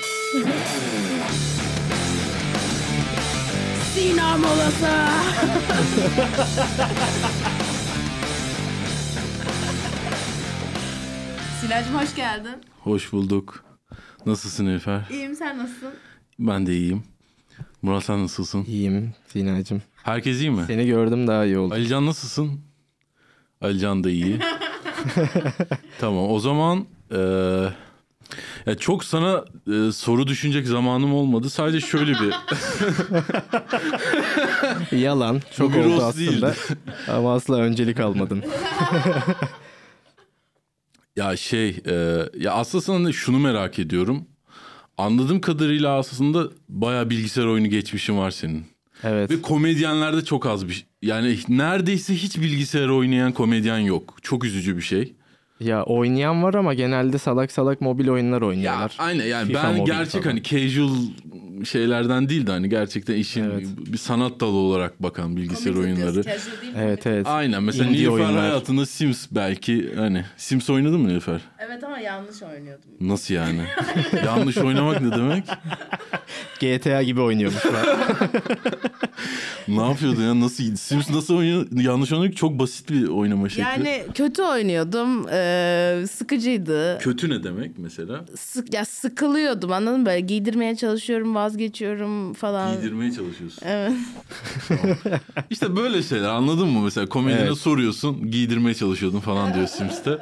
Sinema molası. Silacığım, hoş geldin. Hoş bulduk. Nasılsın Nilüfer? İyiyim, sen nasılsın? Ben de iyiyim. Murat, sen nasılsın? İyiyim Sinacığım. Herkes iyi mi? Seni gördüm, daha iyi oldu. Alican nasılsın? Alican da iyi. Tamam, o zaman Ya çok sana soru düşünecek zamanım olmadı. Sadece şöyle bir Yalan. Çok Bu bir oldu roast aslında. değildi. Ama asla öncelik almadın. ya ya aslında şunu merak ediyorum. Anladığım kadarıyla aslında bayağı bilgisayar oyunu geçmişin var senin. Evet. Ve komedyenlerde çok az yani neredeyse hiç bilgisayar oynayan komedyen yok. Çok üzücü bir şey. Ya oynayan var ama genelde salak salak mobil oyunlar Ya oynuyorlar. aynen yani FIFA ben mobil gerçek falan. hani casual şeylerden değil de hani gerçekten işin Evet. bir sanat dalı olarak bakan bilgisayar oyunları. Evet evet. Aynen mesela Indie Nilüfer oyunlar. hayatında Sims belki hani Sims oynadın mı Nilüfer? Evet ama yanlış oynuyordum. Nasıl yani? Yanlış oynamak ne demek? GTA gibi oynuyormuşlar. Ne yapıyordu ya? Nasıl Sims nasıl oynuyor? Yanlış oynamak çok basit bir oynama şekli. Yani kötü oynuyordum. Sıkıcıydı. Kötü ne demek mesela? Sıkılıyordum, anladın mı? Böyle giydirmeye çalışıyorum, vazgeçiyorum falan. Giydirmeye çalışıyorsun. Evet. İşte böyle şeyler anladın mı? Mesela komedyene Evet. soruyorsun, giydirmeye çalışıyordun falan diyor Sims'te.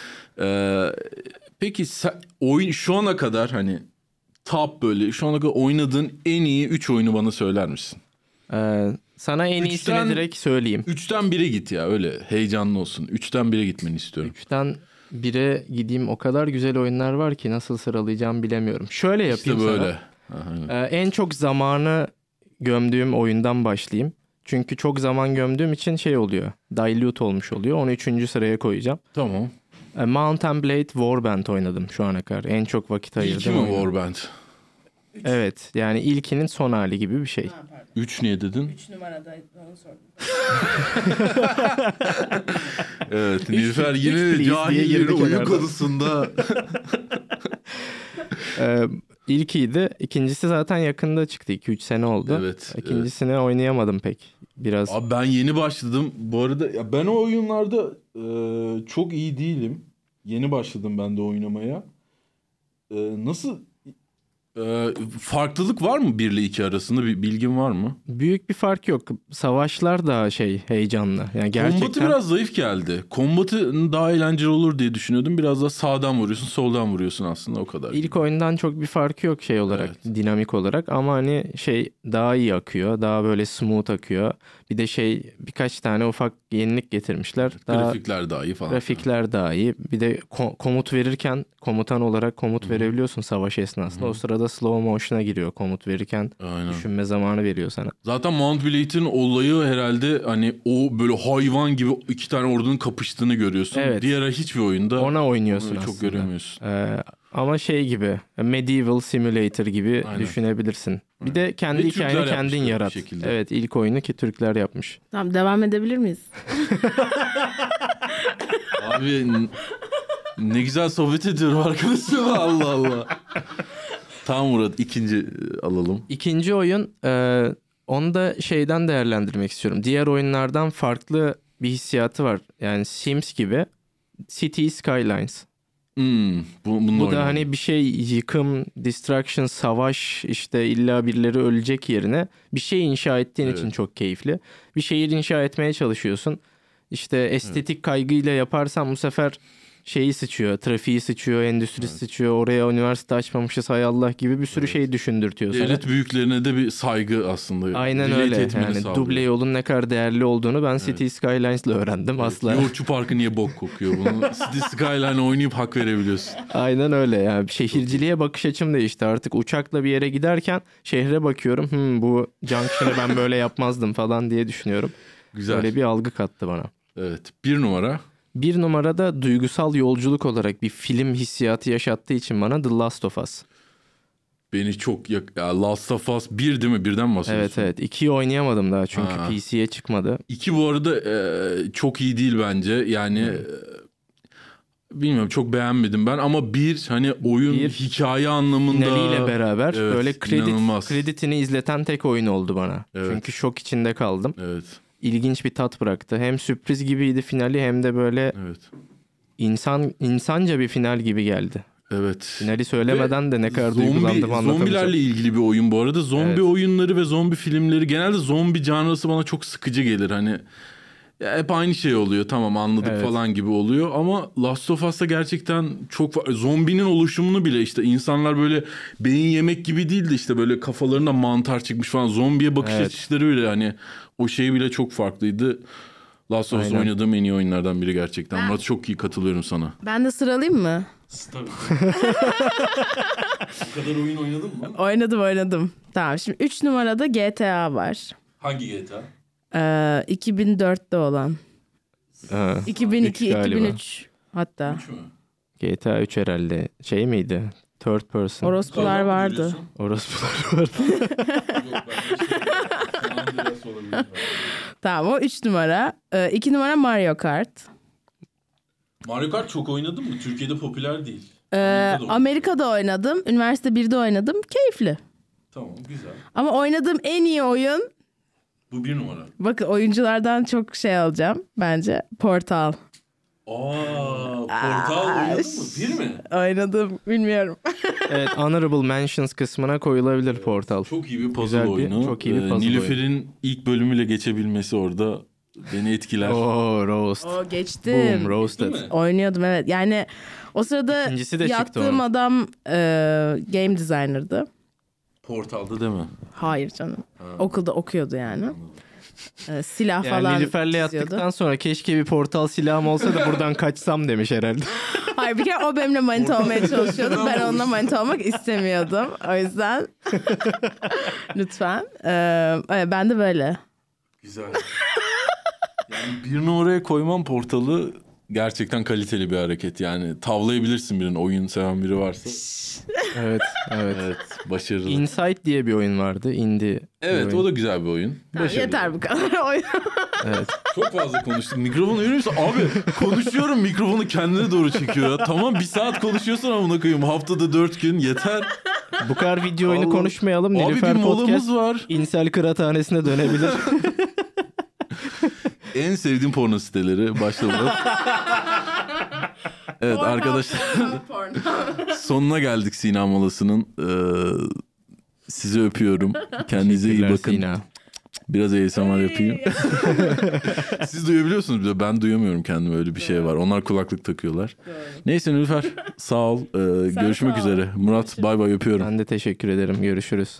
Peki oyun şu ana kadar hani top böyle şu ana kadar oynadığın en iyi 3 oyunu bana söyler misin? Sana en iyisini Üçten- direkt söyleyeyim. 3'ten 1'e git ya öyle heyecanlı olsun. 3'ten 1'e gitmeni istiyorum. 3'ten 1'e gideyim, o kadar güzel oyunlar var ki nasıl sıralayacağım bilemiyorum. Şöyle yapayım İşte böyle. sana. Aha. En çok zamanı gömdüğüm oyundan başlayayım. Çünkü çok zaman gömdüğüm için şey oluyor. Dilute olmuş oluyor. Onu 3. sıraya koyacağım. Tamam. Mount and Blade Warband oynadım şu ana kadar. En çok vakit ayırdığım İlki mi oyun. Warband? Evet. Yani ilkinin son hali gibi bir şey. 3 niye dedin? 3 numarada onu sordum. Evet. Nilüfer yine please diye cahillerin girdik oyun herhalde. konusunda. İlkiydi. İkincisi zaten yakında çıktı. 2-3 sene oldu. Evet. İkincisini oynayamadım pek. Biraz Abi ben yeni başladım. Bu arada ya ben o oyunlarda çok iyi değilim. Yeni başladım ben de oynamaya. Nasıl farklılık var mı 1 ile 2 arasında bir bilgin var mı? büyük bir fark yok. Savaşlar daha heyecanlı. Yani gerçekten Kombatı biraz zayıf geldi. Kombatı daha eğlenceli olur diye düşünüyordum. Biraz daha sağdan vuruyorsun, soldan vuruyorsun aslında o kadar. ilk oyundan çok bir farkı yok şey olarak, Evet. dinamik olarak, ama hani daha iyi akıyor. Daha böyle smooth akıyor. Bir de birkaç tane ufak yenilik getirmişler. Daha Grafikler daha iyi falan. grafikler daha iyi. Bir de komut verirken komutan olarak komut verebiliyorsun savaş esnasında. O sırada slow motion'a giriyor komut verirken. Aynen. Düşünme zamanı veriyor sana. Zaten Mount Blade'in olayı herhalde hani o böyle hayvan gibi 2 tane ordunun kapıştığını görüyorsun. Evet. Diğer hiçbir oyunda Ona oynuyorsun onu aslında. çok göremiyorsun. Ama gibi Medieval Simulator gibi Aynen. düşünebilirsin. Bir de kendi Ve Türkler hikayeni kendin yapmışlar bir yarat. şekilde. Evet, ilk oyunu ki Türkler yapmış. Tamam, devam edebilir miyiz? Abi ne güzel sohbet ediyorum arkadaşım. Allah Allah. Tamam Murat, ikinci alalım. İkinci oyun onu da değerlendirmek istiyorum. Diğer oyunlardan farklı bir hissiyatı var. Yani Sims gibi City Skylines. Bunu Bu da oynayalım. hani bir yıkım, destruction, savaş, işte illa birileri ölecek yerine bir şey inşa ettiğin Evet. için çok keyifli. Bir şehir inşa etmeye çalışıyorsun. İşte estetik kaygıyla yaparsan bu sefer sıçıyor, trafiği sıçıyor, endüstri sıçıyor, oraya üniversite açmamışız hay Allah gibi bir sürü şey düşündürtüyor sana. Devlet büyüklerine de bir saygı aslında. Aynen Relate öyle. etmeni Yani sağlıyor. duble yolun ne kadar değerli olduğunu ben City Skylines'la öğrendim asla. Yoğurtçu Parkı niye bok kokuyor? Bunu City Skyline oynayıp hak verebiliyorsun. Aynen öyle. Yani şehirciliğe bakış açım değişti. Artık uçakla bir yere giderken şehre bakıyorum. Bu junction'ı ben böyle yapmazdım falan diye düşünüyorum. Güzel. Böyle bir algı kattı bana. Evet. 1 numara. Bir numarada duygusal yolculuk olarak bir film hissiyatı yaşattığı için bana The Last of Us. Beni çok ya Last of Us 1 değil mi? Birden mi bahsediyorsun? Evet. 2'yi oynayamadım daha çünkü Ha. PC'ye çıkmadı. 2 bu arada çok iyi değil bence. Yani bilmiyorum, çok beğenmedim ben ama 1 hani oyun Bir, hikaye anlamında Finaliyle beraber evet, böyle inanılmaz. kreditini izleten tek oyun oldu bana. Evet. Çünkü şok içinde kaldım. Evet. İlginç bir tat bıraktı. Hem sürpriz gibiydi finali hem de böyle Evet. insanca bir final gibi geldi. Evet. Finali söylemeden de ne kadar duygulandığımı anlatamayacağım. Zombilerle ilgili bir oyun bu arada. Zombi Evet. oyunları ve zombi filmleri, genelde zombi janrası bana çok sıkıcı gelir. Hani Ya hep aynı şey oluyor, tamam anladık Evet. falan gibi oluyor ama Last of Us'ta gerçekten çok zombinin oluşumunu bile işte insanlar böyle beyin yemek gibi değil de işte böyle kafalarında mantar çıkmış falan, zombiye bakış Evet. açıları bile hani o şey bile çok farklıydı. Last of Us Aynen. oynadığım en iyi oyunlardan biri gerçekten. Murat, çok iyi katılıyorum sana. Ben de sıralayayım mı? Tabii. Bu kadar oyun oynadın mı? Oynadım. Tamam, şimdi 3 numarada GTA var. Hangi GTA? 2004'te olan. Ha, 2002, üç galiba. 2003 hatta. 3 mü? GTA 3 herhalde. Şey miydi? Third person. Orospular vardı. Orospular vardı. Yok, ben de olabilir. Tamam, o 3 numara. 2 numara Mario Kart. Mario Kart çok oynadın mı? Türkiye'de popüler değil. Amerika'da oynadım. Üniversite 1'de oynadım. Keyifli. Tamam, güzel. Ama oynadığım en iyi oyun... Bu 1 numara. Bakın, oyunculardan çok şey alacağım bence. Portal. Portal oynadın mı? 1 mi? Oynadım, bilmiyorum. Evet, Honorable Mentions kısmına koyulabilir Portal. Çok iyi bir puzzle Güzel bir- oyunu. çok iyi bir puzzle Nilüfer'in ilk bölümüyle geçebilmesi orada beni etkiler. Oo, roast. O geçtim. Boom, roasted. Değil mi? Oynuyordum, evet. Yani o sırada İkincisi de çıktı yattığım onun. adam game designer'dı. Portal'da değil mi? Hayır canım. Okulda okuyordu yani. Silah Yani falan Nilüfer'le çiziyordu. yattıktan sonra keşke bir Portal silahım olsa da buradan kaçsam demiş herhalde. Hayır, bir kere o benimle manita olmaya çalışıyordu. Ben onunla manita olmak istemiyordum. O yüzden lütfen. Evet, ben de böyle. Güzel. Yani 1 numaraya koymam Portal'ı gerçekten kaliteli bir hareket. Yani tavlayabilirsin birini, oyun seven biri varsa. Evet, evet. Evet, başarılı. Inside diye bir oyun vardı. Indie. Evet, bir oyun. o da güzel bir oyun. Başarılı. Yeter bu kadar. Evet. Çok fazla konuştuk. Mikrofonu görüyor musun? Abi konuşuyorum, mikrofonu kendine doğru çekiyor ya. Tamam, 1 saat konuşuyorsun ama koyayım. Haftada 4 gün yeter. Bu kadar video oyunu Allah. konuşmayalım. Abi Nilüfer bir Podcast molamız var. İnsel kıraathanesine dönebilir. En sevdiğim porno siteleri başladı. Evet arkadaşlar, sonuna geldik Sina molasının. Sizi öpüyorum. Kendinize iyi Teşekkürler bakın. Sina. Biraz ASMR yapayım. Siz duyabiliyorsunuz bir de, ben duyamıyorum kendime, öyle bir şey var. Onlar kulaklık takıyorlar. Neyse Nilüfer, sağ ol. Görüşmek sağ ol. üzere. Murat, bay bay, öpüyorum. Ben de teşekkür ederim. Görüşürüz.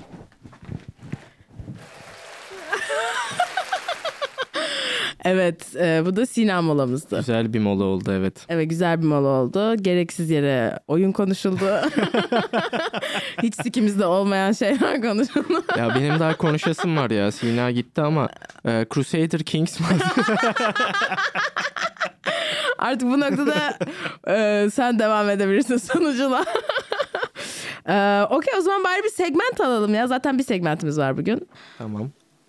Evet, bu da Sina molamızdı. Güzel bir mola oldu, evet. Evet, güzel bir mola oldu. Gereksiz yere oyun konuşuldu. Hiç sikimizde olmayan şeyler konuşuldu. Ya benim daha konuşasım var ya. Sina gitti ama Crusader Kings var. Artık bu noktada sen devam edebilirsin sonucuna. Okey, o zaman bari bir segment alalım ya. Zaten bir segmentimiz var bugün. Tamam.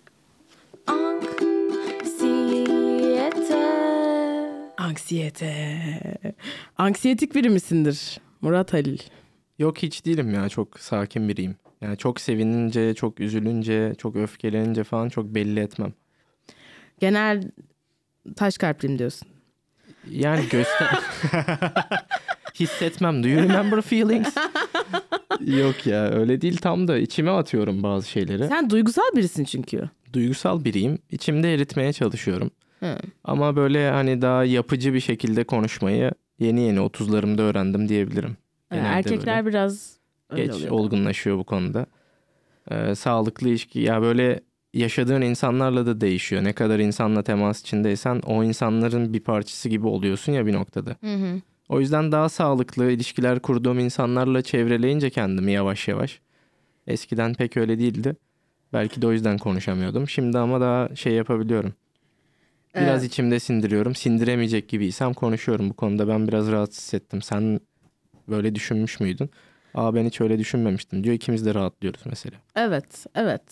Anksiyete. Anksiyetik biri misindir Murat Halil? Yok, hiç değilim ya. Çok sakin biriyim. Yani çok sevinince, çok üzülünce, çok öfkelenince falan çok belli etmem. Genel taş kalpliyim diyorsun. Yani hissetmem. Do you remember feelings? Yok ya, öyle değil, tam da içime atıyorum bazı şeyleri. Sen duygusal birisin çünkü. Duygusal biriyim. İçimde eritmeye çalışıyorum. Hı. Ama böyle hani daha yapıcı bir şekilde konuşmayı yeni 30'larımda öğrendim diyebilirim. Genelde Erkekler böyle biraz öyle geç oluyor. olgunlaşıyor bu konuda. Sağlıklı ilişki ya, böyle yaşadığın insanlarla da değişiyor. Ne kadar insanla temas içindeysen o insanların bir parçası gibi oluyorsun ya bir noktada. Hı hı. O yüzden daha sağlıklı ilişkiler kurduğum insanlarla çevreleyince kendimi yavaş yavaş. Eskiden pek öyle değildi. Belki de o yüzden konuşamıyordum. Şimdi ama daha şey yapabiliyorum. Biraz içimde sindiriyorum. Sindiremeyecek gibiysem konuşuyorum. Bu konuda ben biraz rahatsız hissettim. Sen böyle düşünmüş müydün? Ben hiç öyle düşünmemiştim diyor. İkimiz de rahatlıyoruz mesela. Evet.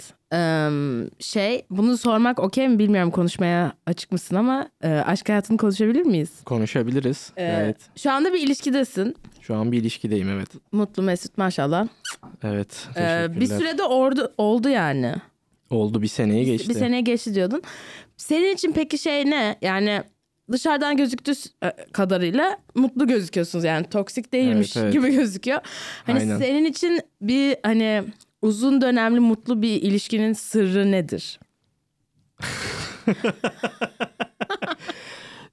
Bunu sormak okey mi bilmiyorum, konuşmaya açık mısın ama aşk hayatını konuşabilir miyiz? Konuşabiliriz. Gayet. Şu anda bir ilişkidesin. Şu an bir ilişkideyim, evet. Mutlu Mesut maşallah. Evet. Teşekkürler. Bir sürede oldu yani. Oldu, bir seneyi geçti. Bir seneye geçti diyordun. Senin için peki şey ne? Yani dışarıdan gözüktüğü kadarıyla mutlu gözüküyorsunuz. Yani toksik değilmiş Evet. gibi gözüküyor. Hani Aynen. senin için bir hani uzun dönemli mutlu bir ilişkinin sırrı nedir?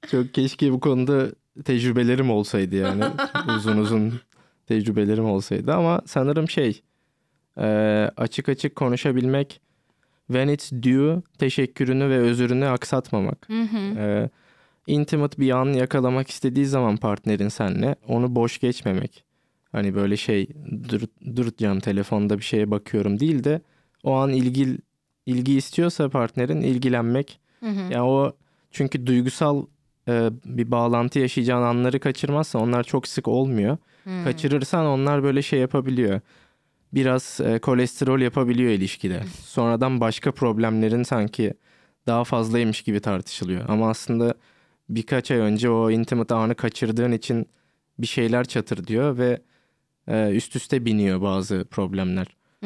Çok keşke bu konuda tecrübelerim olsaydı yani. Uzun tecrübelerim olsaydı ama sanırım açık açık konuşabilmek, when it's due, teşekkürünü ve özürünü aksatmamak. Intimate bir an yakalamak istediği zaman partnerin seninle onu boş geçmemek. Hani böyle duracağım telefonda bir şeye bakıyorum değil de o an ilgi istiyorsa partnerin ilgilenmek. Yani o çünkü duygusal bir bağlantı yaşayacağın anları kaçırmazsan onlar çok sık olmuyor. Kaçırırsan onlar böyle yapabiliyor. Biraz kolesterol yapabiliyor ilişkide. Sonradan başka problemlerin sanki daha fazlaymış gibi tartışılıyor. Ama aslında birkaç ay önce o intimate anı kaçırdığın için bir şeyler çatır diyor ve üst üste biniyor bazı problemler.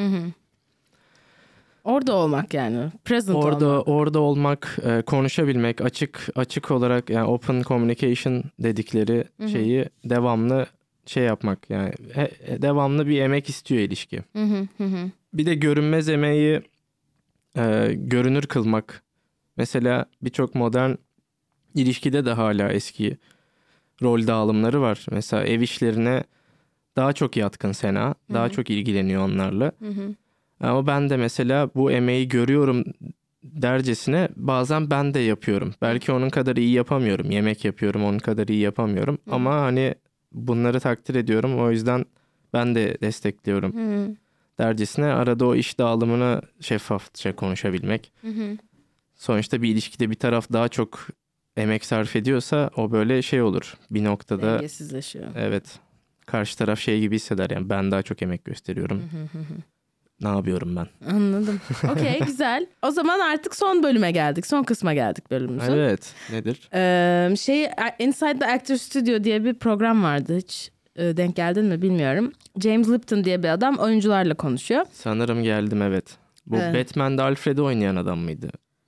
Orada olmak yani. Present olmak. Orada olmak, konuşabilmek, açık olarak yani open communication dedikleri şeyi devamlı yapmak yani devamlı bir emek istiyor ilişki. Bir de görünmez emeği görünür kılmak. Mesela birçok modern ilişkide de hala eski rol dağılımları var. Mesela ev işlerine daha çok yatkın Sena, daha çok ilgileniyor onlarla. Ama ben de mesela bu emeği görüyorum dercesine bazen ben de yapıyorum. Belki onun kadar iyi yapamıyorum. Yemek yapıyorum, onun kadar iyi yapamıyorum. Ama hani bunları takdir ediyorum. O yüzden ben de destekliyorum. Dercesine arada o iş dağılımını şeffafça konuşabilmek. Sonuçta bir ilişkide bir taraf daha çok emek sarf ediyorsa o böyle olur. Bir noktada dengesizleşiyor. Evet. Karşı taraf gibi hisseder yani ben daha çok emek gösteriyorum. Ne yapıyorum ben? Anladım. Okey, güzel. O zaman artık son bölüme geldik. Son kısma geldik bölümümüzün. Evet. Nedir? Inside the Actors Studio diye bir program vardı. Hiç denk geldin mi bilmiyorum. James Lipton diye bir adam oyuncularla konuşuyor. Sanırım geldim, evet. Bu Batman'de Alfred'i oynayan adam mıydı?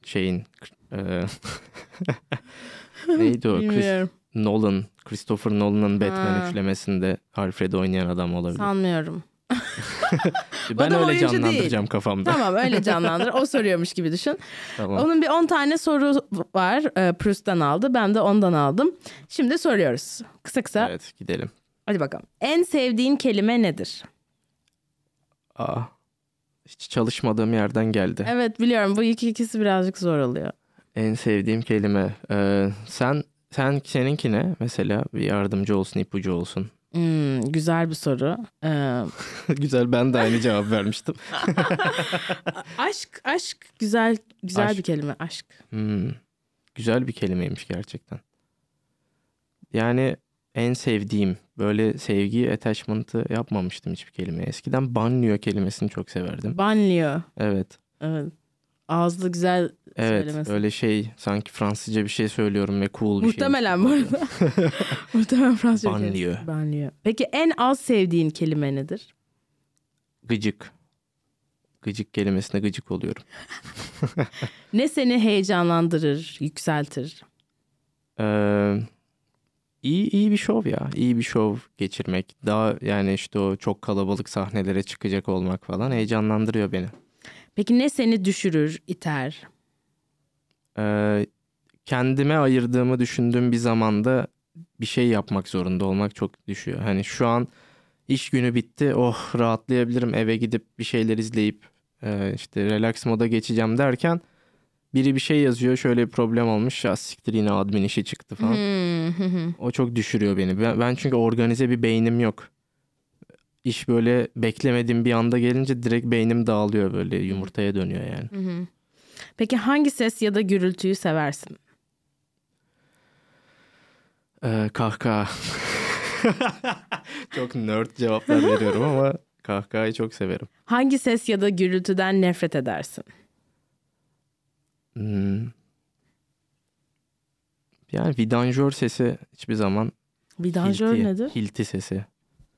Neydi o? Christopher Nolan'ın Batman üçlemesinde Alfred'i oynayan adam olabilir. Sanmıyorum. Ben öyle canlandıracağım değil kafamda. Tamam, öyle canlandır. O soruyormuş gibi düşün. Tamam. Onun bir 10 tane soru var. Proust'tan aldı. Ben de ondan aldım. Şimdi soruyoruz. Kısa. Evet, gidelim. Hadi bakalım. En sevdiğin kelime nedir? Hiç çalışmadığım yerden geldi. Evet, biliyorum. Bu ikisi birazcık zor oluyor. En sevdiğim kelime. Seninki ne? Mesela bir yardımcı olsun, ipucu olsun. Güzel bir soru. Güzel, ben de aynı cevap vermiştim. Aşk güzel Aşk. Bir kelime, aşk. Güzel bir kelimeymiş gerçekten. Yani en sevdiğim, böyle sevgi attachment'ı yapmamıştım hiçbir kelimeye. Eskiden banlıyor kelimesini çok severdim. Banlıyor. Evet. Ağızda güzel söylemesi. Evet, öyle sanki Fransızca bir şey söylüyorum ve cool bir şey. Muhtemelen bu arada. Muhtemelen Fransızca. Banlıyor. Peki en az sevdiğin kelime nedir? Gıcık. Gıcık kelimesine gıcık oluyorum. Ne seni heyecanlandırır, yükseltir? İyi bir şov ya. İyi bir şov geçirmek. Daha yani o çok kalabalık sahnelere çıkacak olmak falan heyecanlandırıyor beni. Peki ne seni düşürür, iter? Kendime ayırdığımı düşündüğüm bir zamanda bir şey yapmak zorunda olmak çok düşüyor. Hani şu an iş günü bitti. Rahatlayabilirim. Eve gidip bir şeyler izleyip relax moda geçeceğim derken biri bir şey yazıyor. Şöyle bir problem olmuş. Siktir, yine admin işi çıktı falan. O çok düşürüyor beni. Ben çünkü organize bir beynim yok. İş böyle beklemediğim bir anda gelince direkt beynim dağılıyor, böyle yumurtaya dönüyor yani. Peki hangi ses ya da gürültüyü seversin? Kahkaha. Çok nerd cevaplar veriyorum ama kahkahayı çok severim. Hangi ses ya da gürültüden nefret edersin? Yani vidanjör sesi hiçbir zaman. Vidanjör nedir? Hilti sesi.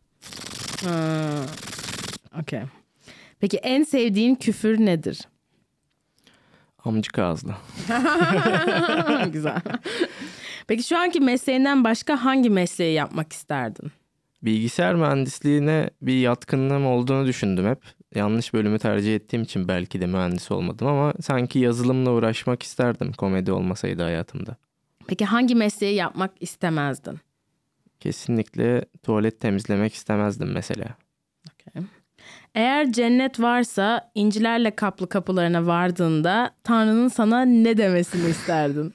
Okay. Peki en sevdiğin küfür nedir? Amcık ağızlı. Güzel. Peki şu anki mesleğinden başka hangi mesleği yapmak isterdin? Bilgisayar mühendisliğine bir yatkınlığım olduğunu düşündüm hep. Yanlış bölümü tercih ettiğim için belki de mühendis olmadım ama sanki yazılımla uğraşmak isterdim komedi olmasaydı hayatımda. Peki hangi mesleği yapmak istemezdin? Kesinlikle tuvalet temizlemek istemezdim mesela. Okay. Eğer cennet varsa incilerle kaplı kapılarına vardığında Tanrı'nın sana ne demesini isterdin?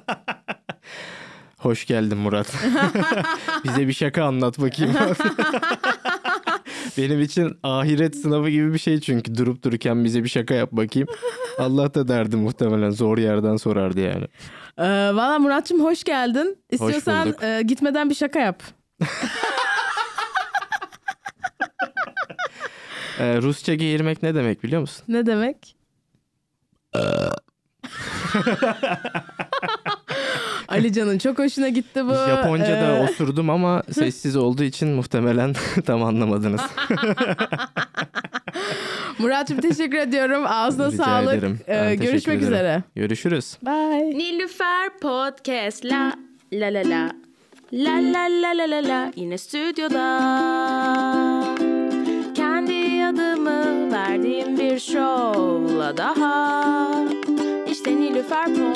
Hoş geldin Murat. Bize bir şaka anlat bakayım. Benim için ahiret sınavı gibi bir şey çünkü durup dururken bize bir şaka yap bakayım. Allah da derdi muhtemelen, zor yerden sorardı yani. Valla Murat'cığım hoş geldin. İstiyorsan bulduk. Gitmeden bir şaka yap. Rusça geğirmek ne demek biliyor musun? Ne demek? Ali Can'ın çok hoşuna gitti bu. Japonca'da osurdum ama sessiz olduğu için muhtemelen tam anlamadınız. Murat'cığım teşekkür ediyorum. Ağzına Rica sağlık. ederim. Ben Görüşmek teşekkür ederim. üzere. Görüşürüz. Bye. Nilüfer Podcast la la la la. La la la la la la. Yine stüdyoda. Kendi adımı verdiğim bir şovla daha. İşte Nilüfer Podcast.